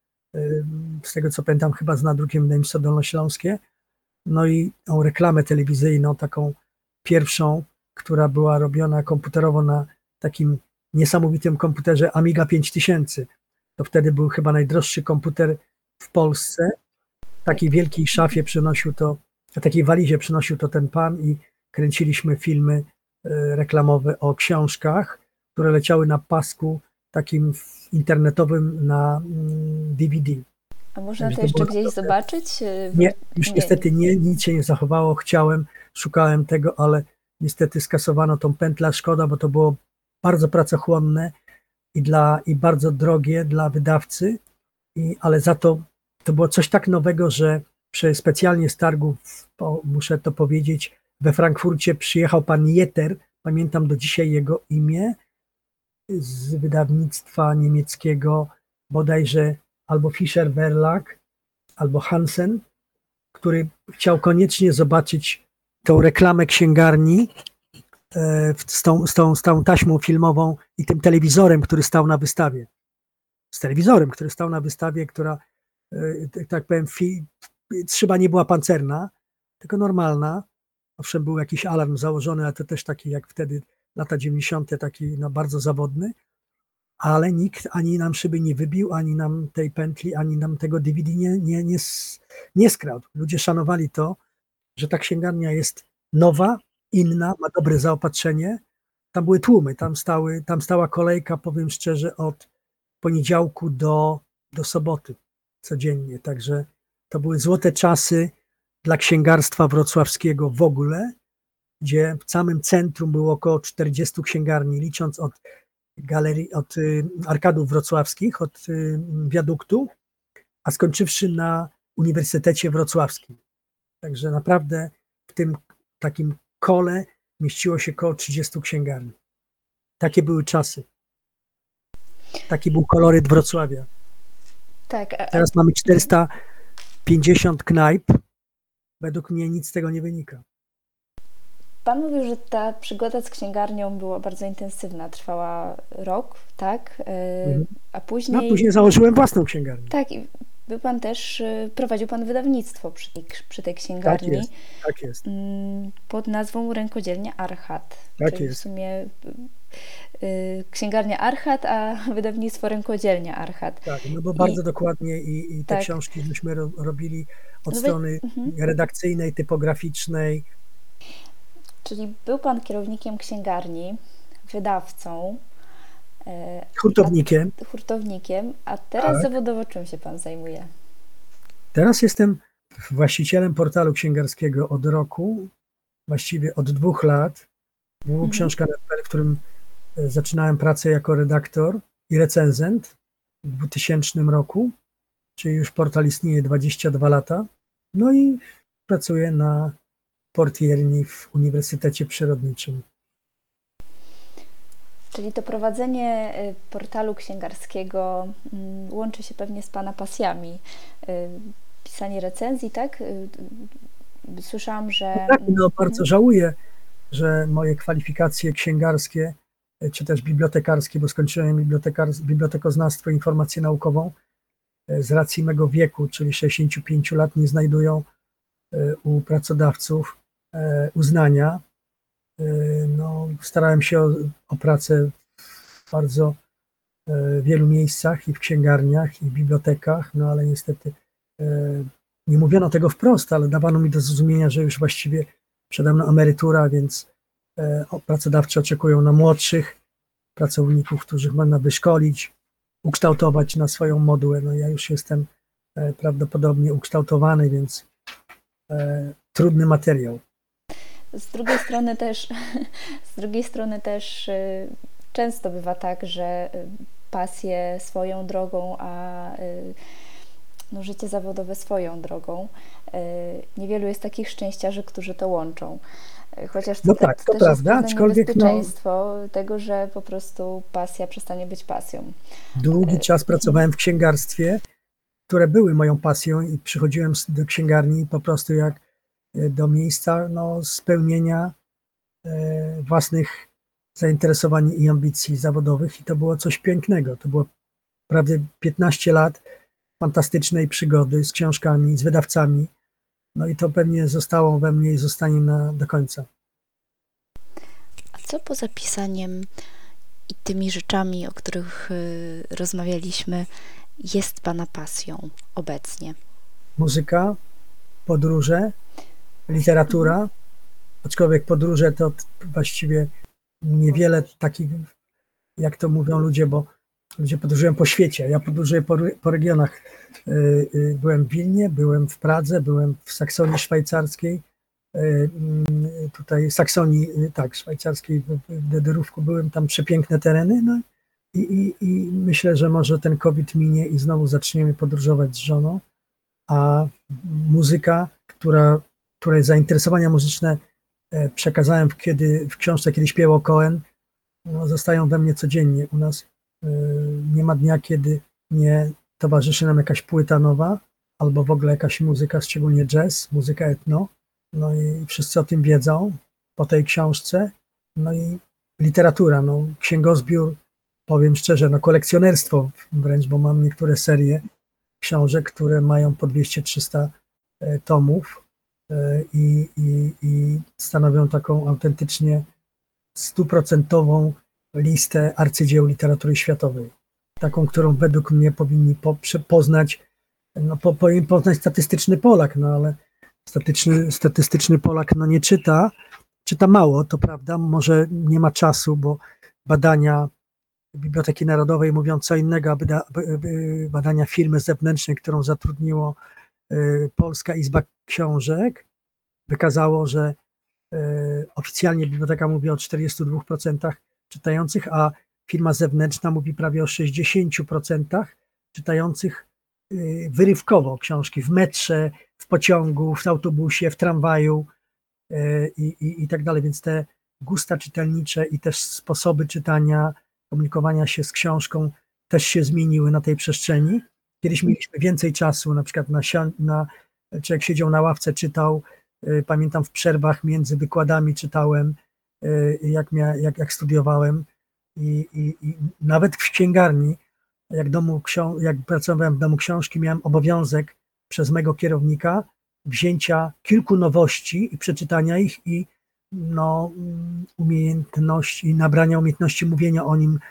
Z tego co pamiętam, chyba z nadrukiem wydawnictwo dolnośląskie. No i tą reklamę telewizyjną, taką pierwszą, która była robiona komputerowo na takim niesamowitym komputerze Amiga 5000. To wtedy był chyba najdroższy komputer w Polsce. W takiej wielkiej szafie w takiej walizie przynosił to ten pan i kręciliśmy filmy reklamowe o książkach. które leciały na pasku takim internetowym na DVD. A można Także to to jeszcze było gdzieś naprawdę- zobaczyć? Nie, już niestety nie, nic się nie zachowało. Szukałem tego, ale niestety skasowano tą pętlę. Szkoda, bo to było bardzo pracochłonne i bardzo drogie dla wydawcy, ale za to było coś tak nowego, że specjalnie z targów, muszę to powiedzieć, we Frankfurcie przyjechał pan Jeter, pamiętam do dzisiaj jego imię, z wydawnictwa niemieckiego, bodajże albo Fischer Verlag, albo Hansen, który chciał koniecznie zobaczyć tą reklamę księgarni z tą taśmą filmową i tym telewizorem, który stał na wystawie. Z telewizorem, który stał na wystawie, która, tak powiem, szyba nie była pancerna, tylko normalna. Owszem, był jakiś alarm założony, ale to też taki jak wtedy, lata 90., taki no, bardzo zawodny, ale nikt ani nam szyby nie wybił, ani nam tej pętli, ani nam tego DVD nie skradł. Ludzie szanowali to, że ta księgarnia jest nowa, inna, ma dobre zaopatrzenie. Tam były tłumy, tam stała kolejka, powiem szczerze, od poniedziałku do soboty codziennie. Także to były złote czasy dla księgarstwa wrocławskiego w ogóle, gdzie w samym centrum było około 40 księgarni, licząc od galerii, od arkadów wrocławskich, od wiaduktu, a skończywszy na Uniwersytecie Wrocławskim. Także naprawdę w tym takim kole mieściło się około 30 księgarni. Takie były czasy. Taki był koloryt Wrocławia. Tak. Teraz mamy 450 knajp. Według mnie nic z tego nie wynika. Pan mówił, że ta przygoda z księgarnią była bardzo intensywna, trwała rok, tak? A później... No, później założyłem własną księgarnię. Tak, i był pan też, prowadził pan wydawnictwo przy tej księgarni. Tak jest. Pod nazwą Rękodzielnia Archat. Tak czyli jest. w sumie księgarnia Archat, a wydawnictwo Rękodzielnia Archat. Tak, no bo bardzo dokładnie i te tak. książki żeśmy robili od strony redakcyjnej, typograficznej. Czyli był pan kierownikiem księgarni, wydawcą. Hurtownikiem. A teraz tak. Zawodowo czym się pan zajmuje? Teraz jestem właścicielem portalu księgarskiego od roku, właściwie od 2 lat. www.książka.pl, w którym zaczynałem pracę jako redaktor i recenzent w 2000 roku, czyli już portal istnieje 22 lata. No i pracuję na portierni w Uniwersytecie Przyrodniczym. Czyli to prowadzenie portalu księgarskiego łączy się pewnie z pana pasjami. Pisanie recenzji, tak? Słyszałam, że... No tak, no bardzo żałuję, że moje kwalifikacje księgarskie, czy też bibliotekarskie, bo skończyłem bibliotekoznawstwo i informację naukową, z racji mego wieku, czyli 65 lat, nie znajdują u pracodawców uznania. No, starałem się o pracę w bardzo wielu miejscach i w księgarniach, i w bibliotekach, no ale niestety nie mówiono tego wprost, ale dawano mi do zrozumienia, że już właściwie przede mną emerytura, więc pracodawcy oczekują na młodszych pracowników, których można wyszkolić, ukształtować na swoją modułę. No ja już jestem prawdopodobnie ukształtowany, więc trudny materiał. Z drugiej strony też często bywa tak, że pasję swoją drogą, a no, życie zawodowe swoją drogą. Niewielu jest takich szczęściarzy, którzy to łączą. Chociaż to, no tak, to też prawda, jest aczkolwiek niebezpieczeństwo tego, że po prostu pasja przestanie być pasją. Długi czas pracowałem w księgarstwie, które były moją pasją i przychodziłem do księgarni po prostu jak do miejsca spełnienia własnych zainteresowań i ambicji zawodowych i to było coś pięknego. To było prawie 15 lat fantastycznej przygody z książkami, z wydawcami. No i to pewnie zostało we mnie i zostanie do końca. A co poza pisaniem i tymi rzeczami, o których rozmawialiśmy, jest pana pasją obecnie? Muzyka, podróże, literatura, aczkolwiek podróże to właściwie niewiele takich jak to mówią ludzie, bo ludzie podróżują po świecie, ja podróżuję po regionach. Byłem w Wilnie, byłem w Pradze, byłem w Saksonii Szwajcarskiej, tutaj Saksonii, tak, szwajcarskiej, w Dederówku byłem, tam przepiękne tereny, no i myślę, że może ten COVID minie i znowu zaczniemy podróżować z żoną, a muzyka, której zainteresowania muzyczne przekazałem w książce, kiedy śpiewał Cohen, no, zostają we mnie codziennie. U nas nie ma dnia, kiedy nie towarzyszy nam jakaś płyta nowa, albo w ogóle jakaś muzyka, szczególnie jazz, muzyka etno. No i wszyscy o tym wiedzą po tej książce. No i literatura, no, księgozbiór, powiem szczerze, no kolekcjonerstwo wręcz, bo mam niektóre serie książek, które mają po 200-300 tomów i stanowią taką autentycznie 100% listę arcydzieł literatury światowej. Taką, którą według mnie powinni poznać, no, powinien poznać statystyczny Polak, no ale statystyczny Polak no, nie czyta mało, to prawda, może nie ma czasu, bo badania Biblioteki Narodowej mówią co innego, a badania firmy zewnętrznej, którą zatrudniło Polska Izba Książek, wykazało, że oficjalnie biblioteka mówi o 42% czytających, a firma zewnętrzna mówi prawie o 60% czytających wyrywkowo książki w metrze, w pociągu, w autobusie, w tramwaju i tak dalej. Więc te gusta czytelnicze i też sposoby czytania, komunikowania się z książką też się zmieniły na tej przestrzeni. Kiedyś mieliśmy więcej czasu, na przykład człowiek siedział na ławce, czytał, pamiętam w przerwach między wykładami czytałem, jak studiowałem i nawet w księgarni, jak pracowałem w domu książki, miałem obowiązek przez mego kierownika wzięcia kilku nowości i przeczytania ich i no, nabrania umiejętności mówienia o nim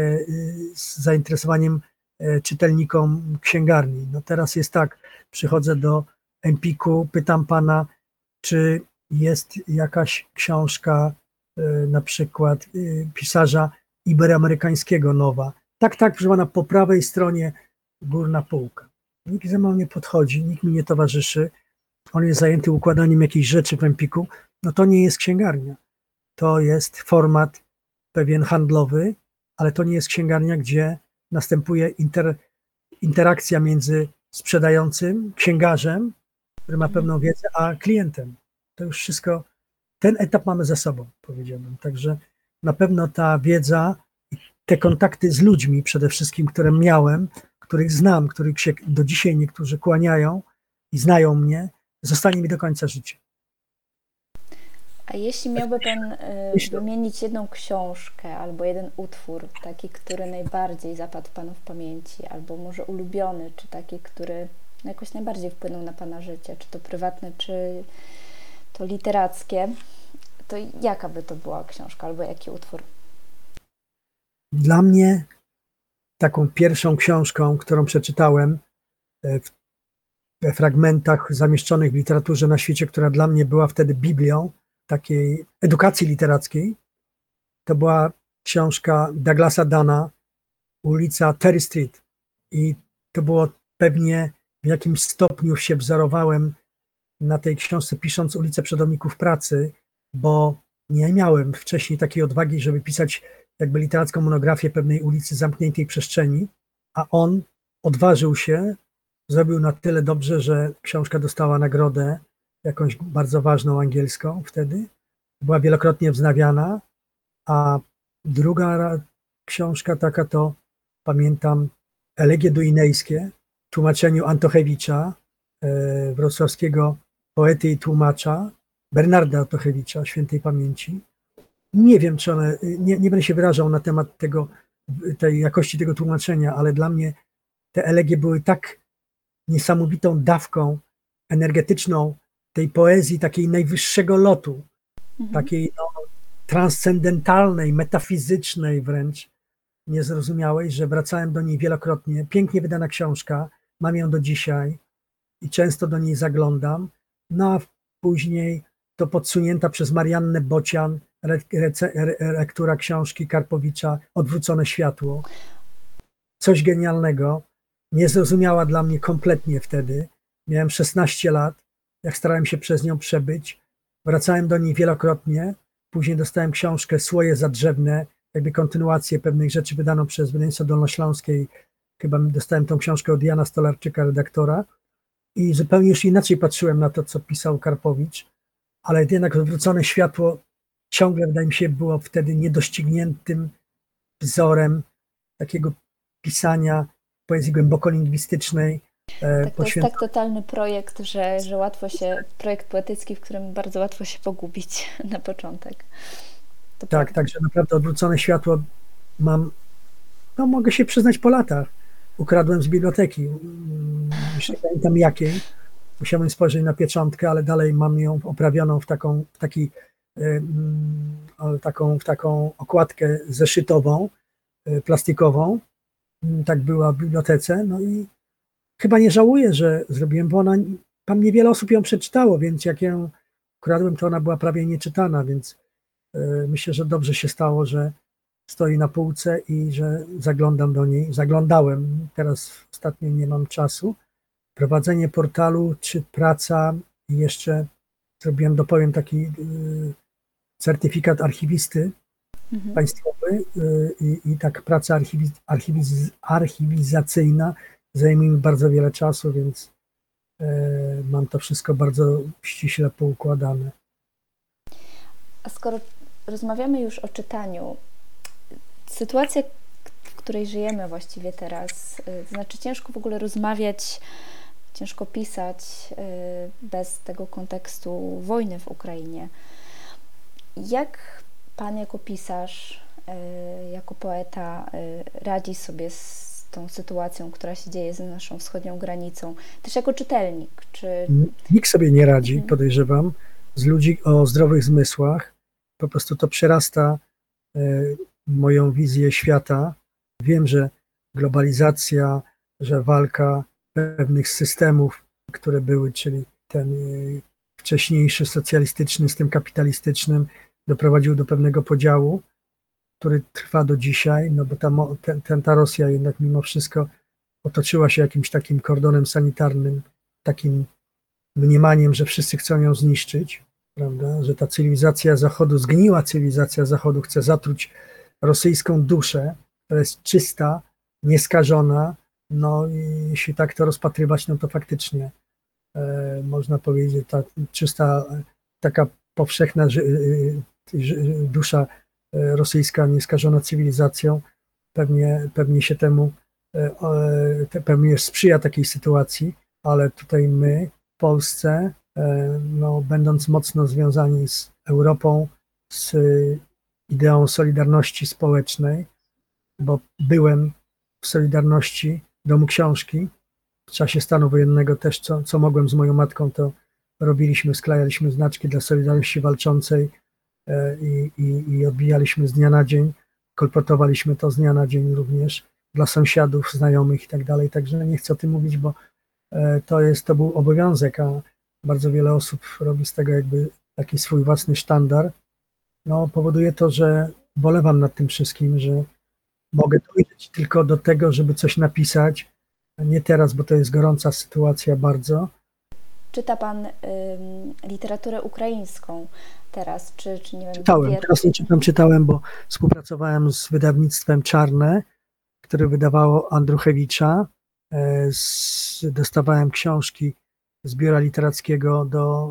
z zainteresowaniem czytelnikom księgarni. No teraz jest tak, przychodzę do Empiku, pytam pana, czy jest jakaś książka na przykład pisarza iberoamerykańskiego nowa. Tak, proszę pana, po prawej stronie górna półka. Nikt ze mną nie podchodzi, nikt mi nie towarzyszy. On jest zajęty układaniem jakichś rzeczy w Empiku. No to nie jest księgarnia. To jest format pewien handlowy, ale to nie jest księgarnia, gdzie następuje interakcja między sprzedającym, księgarzem, który ma pewną wiedzę, a klientem. To już wszystko, ten etap mamy za sobą, powiedziałbym. Także na pewno ta wiedza, te kontakty z ludźmi przede wszystkim, które miałem, których znam, których się do dzisiaj niektórzy kłaniają i znają mnie, zostanie mi do końca życia. A jeśli miałby Pan wymienić jedną książkę albo jeden utwór, taki, który najbardziej zapadł Panu w pamięci, albo może ulubiony, czy taki, który jakoś najbardziej wpłynął na Pana życie, czy to prywatne, czy to literackie, to jaka by to była książka albo jaki utwór? Dla mnie taką pierwszą książką, którą przeczytałem we fragmentach zamieszczonych w literaturze na świecie, która dla mnie była wtedy Biblią takiej edukacji literackiej, to była książka Douglasa Dana, ulica Terry Street. I to było pewnie w jakimś stopniu się wzorowałem na tej książce, pisząc Ulicę Przedomników Pracy, bo nie miałem wcześniej takiej odwagi, żeby pisać jakby literacką monografię pewnej ulicy zamkniętej przestrzeni, a on odważył się, zrobił na tyle dobrze, że książka dostała nagrodę, jakąś bardzo ważną angielską wtedy, była wielokrotnie wznawiana, a druga książka taka to, pamiętam, Elegie duinejskie w tłumaczeniu Antochewicza, wrocławskiego poety i tłumacza, Bernarda Antochewicza, świętej pamięci. Nie wiem, czy one, nie będę się wyrażał na temat tej jakości tego tłumaczenia, ale dla mnie te elegie były tak niesamowitą dawką energetyczną tej poezji, takiej najwyższego lotu, takiej transcendentalnej, metafizycznej wręcz, niezrozumiałej, że wracałem do niej wielokrotnie. Pięknie wydana książka, mam ją do dzisiaj i często do niej zaglądam. No a później to podsunięta przez Mariannę Bocian lektura książki Karpowicza Odwrócone światło. Coś genialnego, niezrozumiała dla mnie kompletnie wtedy. Miałem 16 lat, jak starałem się przez nią przebyć. Wracałem do niej wielokrotnie. Później dostałem książkę Słoje zadrzewne, jakby kontynuację pewnych rzeczy wydaną przez Wydawnictwo Dolnośląskie. Chyba dostałem tą książkę od Jana Stolarczyka, redaktora. I zupełnie już inaczej patrzyłem na to, co pisał Karpowicz. Ale jednak Odwrócone światło ciągle, wydaje mi się, było wtedy niedościgniętym wzorem takiego pisania poezji głębokolingwistycznej. Tak, to jest tak totalny projekt, że łatwo się, projekt poetycki, w którym bardzo łatwo się pogubić na początek. To tak, także naprawdę Odwrócone światło mam, no mogę się przyznać po latach. Ukradłem z biblioteki, już nie pamiętam jakiej. Musiałem spojrzeć na pieczątkę, ale dalej mam ją oprawioną w taką okładkę zeszytową, plastikową. Tak była w bibliotece. No i chyba nie żałuję, że zrobiłem, bo tam niewiele osób ją przeczytało, więc jak ją ukradłem, to ona była prawie nieczytana, więc myślę, że dobrze się stało, że stoi na półce i że zaglądam do niej. Zaglądałem, teraz ostatnio nie mam czasu. Prowadzenie portalu, czy praca i jeszcze dopowiem taki certyfikat archiwisty państwowy i tak praca archiwizacyjna zajmuje mi bardzo wiele czasu, więc mam to wszystko bardzo ściśle poukładane. A skoro rozmawiamy już o czytaniu, sytuacja, w której żyjemy właściwie teraz, to znaczy ciężko w ogóle rozmawiać, ciężko pisać bez tego kontekstu wojny w Ukrainie. Jak Pan jako pisarz, jako poeta radzi sobie z tą sytuacją, która się dzieje z naszą wschodnią granicą, też jako czytelnik? Nikt sobie nie radzi, podejrzewam, z ludzi o zdrowych zmysłach. Po prostu to przerasta moją wizję świata. Wiem, że globalizacja, że walka pewnych systemów, które były, czyli ten wcześniejszy socjalistyczny z tym kapitalistycznym, doprowadził do pewnego podziału, który trwa do dzisiaj, no bo ta Rosja jednak mimo wszystko otoczyła się jakimś takim kordonem sanitarnym, takim mniemaniem, że wszyscy chcą ją zniszczyć, prawda, że ta cywilizacja Zachodu, zgniła cywilizacja Zachodu chce zatruć rosyjską duszę, która jest czysta, nieskażona, no i jeśli tak to rozpatrywać, no to faktycznie można powiedzieć, ta czysta, taka powszechna dusza rosyjska, nieskażona cywilizacją, pewnie się temu, pewnie sprzyja takiej sytuacji, ale tutaj my w Polsce, no, będąc mocno związani z Europą, z ideą solidarności społecznej, bo byłem w Solidarności Domu Książki w czasie stanu wojennego też, co mogłem z moją matką, to robiliśmy, sklejaliśmy znaczki dla Solidarności Walczącej i odbijaliśmy z dnia na dzień, kolportowaliśmy to z dnia na dzień również dla sąsiadów, znajomych i tak dalej, także nie chcę o tym mówić, bo to był obowiązek, a bardzo wiele osób robi z tego jakby taki swój własny sztandar. No, powoduje to, że bolewam nad tym wszystkim, że mogę dojść tylko do tego, żeby coś napisać, nie teraz, bo to jest gorąca sytuacja bardzo. Czyta Pan literaturę ukraińską teraz, czy nie wiem? Czytałem, teraz nie czytałem, bo współpracowałem z wydawnictwem Czarne, które wydawało Andruchewicza. Dostawałem książki z biura literackiego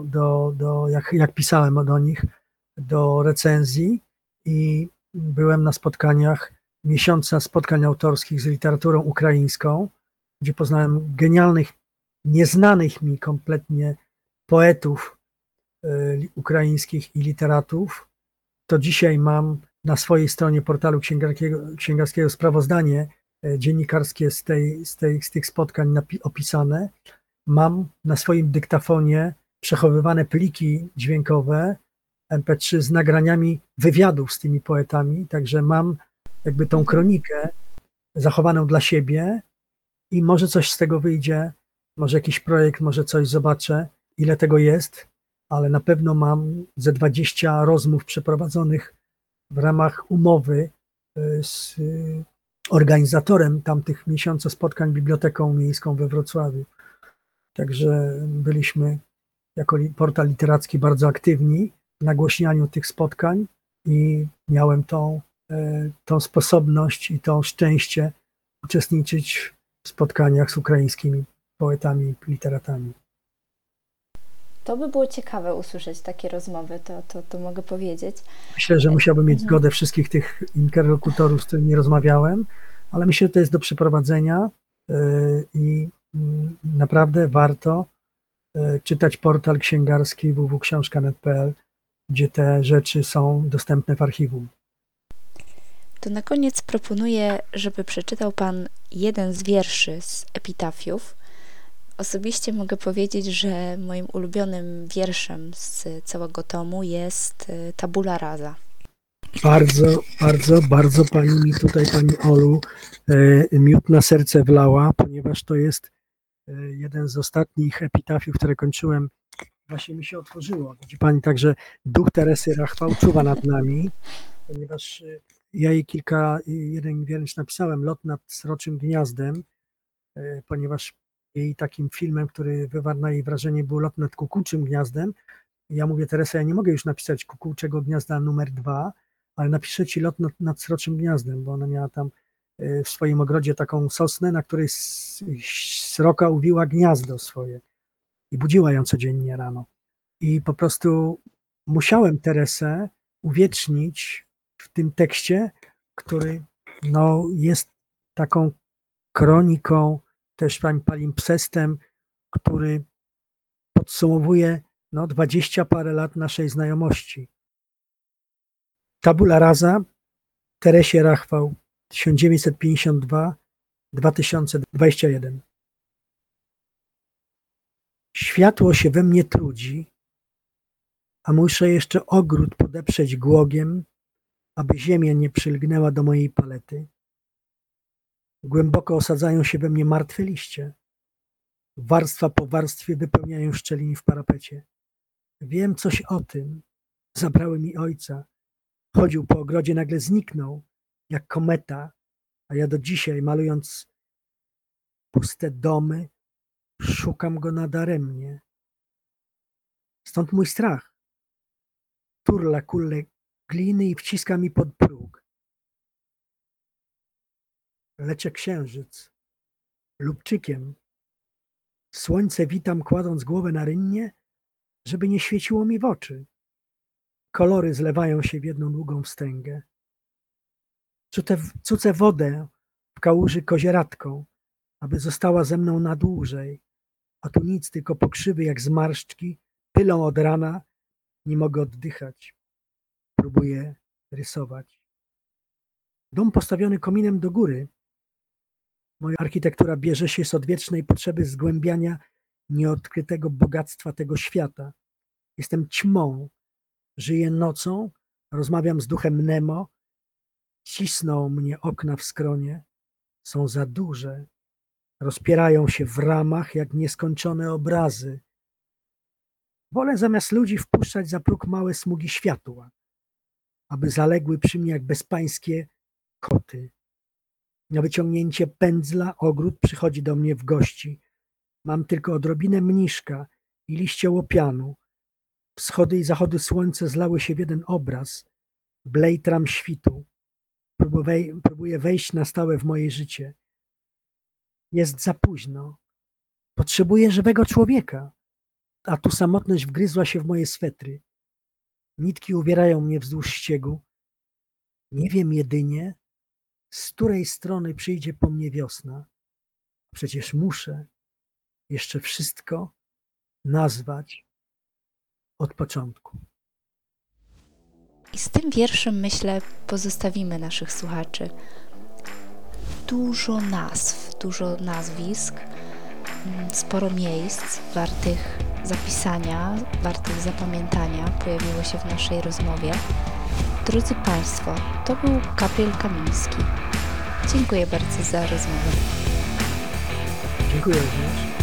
jak pisałem do nich, do recenzji i byłem na spotkaniach, miesiąca spotkań autorskich z literaturą ukraińską, gdzie poznałem genialnych, nieznanych mi kompletnie poetów ukraińskich i literatów. To dzisiaj mam na swojej stronie portalu księgarskiego sprawozdanie dziennikarskie z tych spotkań opisane. Mam na swoim dyktafonie przechowywane pliki dźwiękowe MP3 z nagraniami wywiadów z tymi poetami, także mam jakby tą kronikę zachowaną dla siebie i może coś z tego wyjdzie, może jakiś projekt, może coś zobaczę, ile tego jest. ale na pewno mam ze 20 rozmów przeprowadzonych w ramach umowy z organizatorem tamtych miesiąca spotkań Biblioteką Miejską we Wrocławiu. Także byliśmy jako portal literacki bardzo aktywni w nagłośnianiu tych spotkań i miałem tą sposobność i to szczęście uczestniczyć w spotkaniach z ukraińskimi poetami i literatami. To by było ciekawe usłyszeć takie rozmowy, to mogę powiedzieć. Myślę, że musiałbym mieć zgodę wszystkich tych interlokutorów, z którymi rozmawiałem, ale myślę, że to jest do przeprowadzenia i naprawdę warto czytać portal księgarski www.książka.net.pl, gdzie te rzeczy są dostępne w archiwum. To na koniec proponuję, żeby przeczytał Pan jeden z wierszy z epitafiów. Osobiście mogę powiedzieć, że moim ulubionym wierszem z całego tomu jest Tabula Rasa. Bardzo pani mi tutaj, pani Olu, miód na serce wlała, ponieważ to jest jeden z ostatnich epitafiów, które kończyłem. Właśnie mi się otworzyło. Widzi pani, także duch Teresy Rachwał czuwa nad nami, ponieważ ja jej jeden wiersz napisałem, Lot nad sroczym gniazdem, ponieważ jej takim filmem, który wywarł na jej wrażenie, był Lot nad kukułczym gniazdem. I ja mówię, Teresa, ja nie mogę już napisać kukułczego gniazda numer 2, ale napiszę ci Lot nad sroczym gniazdem, bo ona miała tam w swoim ogrodzie taką sosnę, na której sroka uwiła gniazdo swoje i budziła ją codziennie rano. I po prostu musiałem Teresę uwiecznić w tym tekście, który jest taką kroniką, też palimpsestem, który podsumowuje 20 parę lat naszej znajomości. Tabula Rasa, Teresie Rachwał, 1952-2021. Światło się we mnie trudzi, a muszę jeszcze ogród podeprzeć głogiem, aby ziemia nie przylgnęła do mojej palety. Głęboko osadzają się we mnie martwe liście. Warstwa po warstwie wypełniają szczeliny w parapecie. Wiem coś o tym. Zabrały mi ojca. Chodził po ogrodzie, nagle zniknął, jak kometa, a ja do dzisiaj, malując puste domy, szukam go nadaremnie. Stąd mój strach. Turla kulę gliny i wciska mi pod próg. Leczę księżyc. Lubczykiem. Słońce witam, kładąc głowę na rynnie, żeby nie świeciło mi w oczy. Kolory zlewają się w jedną długą wstęgę. Cucę wodę w kałuży kozieradką, aby została ze mną na dłużej, a tu nic, tylko pokrzywy jak zmarszczki, pylą od rana, nie mogę oddychać. Próbuję rysować. Dom postawiony kominem do góry. Moja architektura bierze się z odwiecznej potrzeby zgłębiania nieodkrytego bogactwa tego świata. Jestem ćmą, żyję nocą, rozmawiam z duchem Nemo, cisną mnie okna w skronie, są za duże, rozpierają się w ramach jak nieskończone obrazy. Wolę zamiast ludzi wpuszczać za próg małe smugi światła, aby zaległy przy mnie jak bezpańskie koty. Na wyciągnięcie pędzla ogród przychodzi do mnie w gości. Mam tylko odrobinę mniszka i liście łopianu. Wschody i zachody słońca zlały się w jeden obraz. Blejtram świtu. Próbuję wejść na stałe w moje życie. Jest za późno. Potrzebuję żywego człowieka. A tu samotność wgryzła się w moje swetry. Nitki uwierają mnie wzdłuż ściegu. Nie wiem jedynie, z której strony przyjdzie po mnie wiosna. Przecież muszę jeszcze wszystko nazwać od początku. I z tym wierszem, myślę, pozostawimy naszych słuchaczy. Dużo nazw, dużo nazwisk, sporo miejsc wartych zapisania, wartych zapamiętania pojawiło się w naszej rozmowie. Drodzy Państwo, to był Gabriel Kamiński. Dziękuję bardzo za rozmowę. Dziękuję również.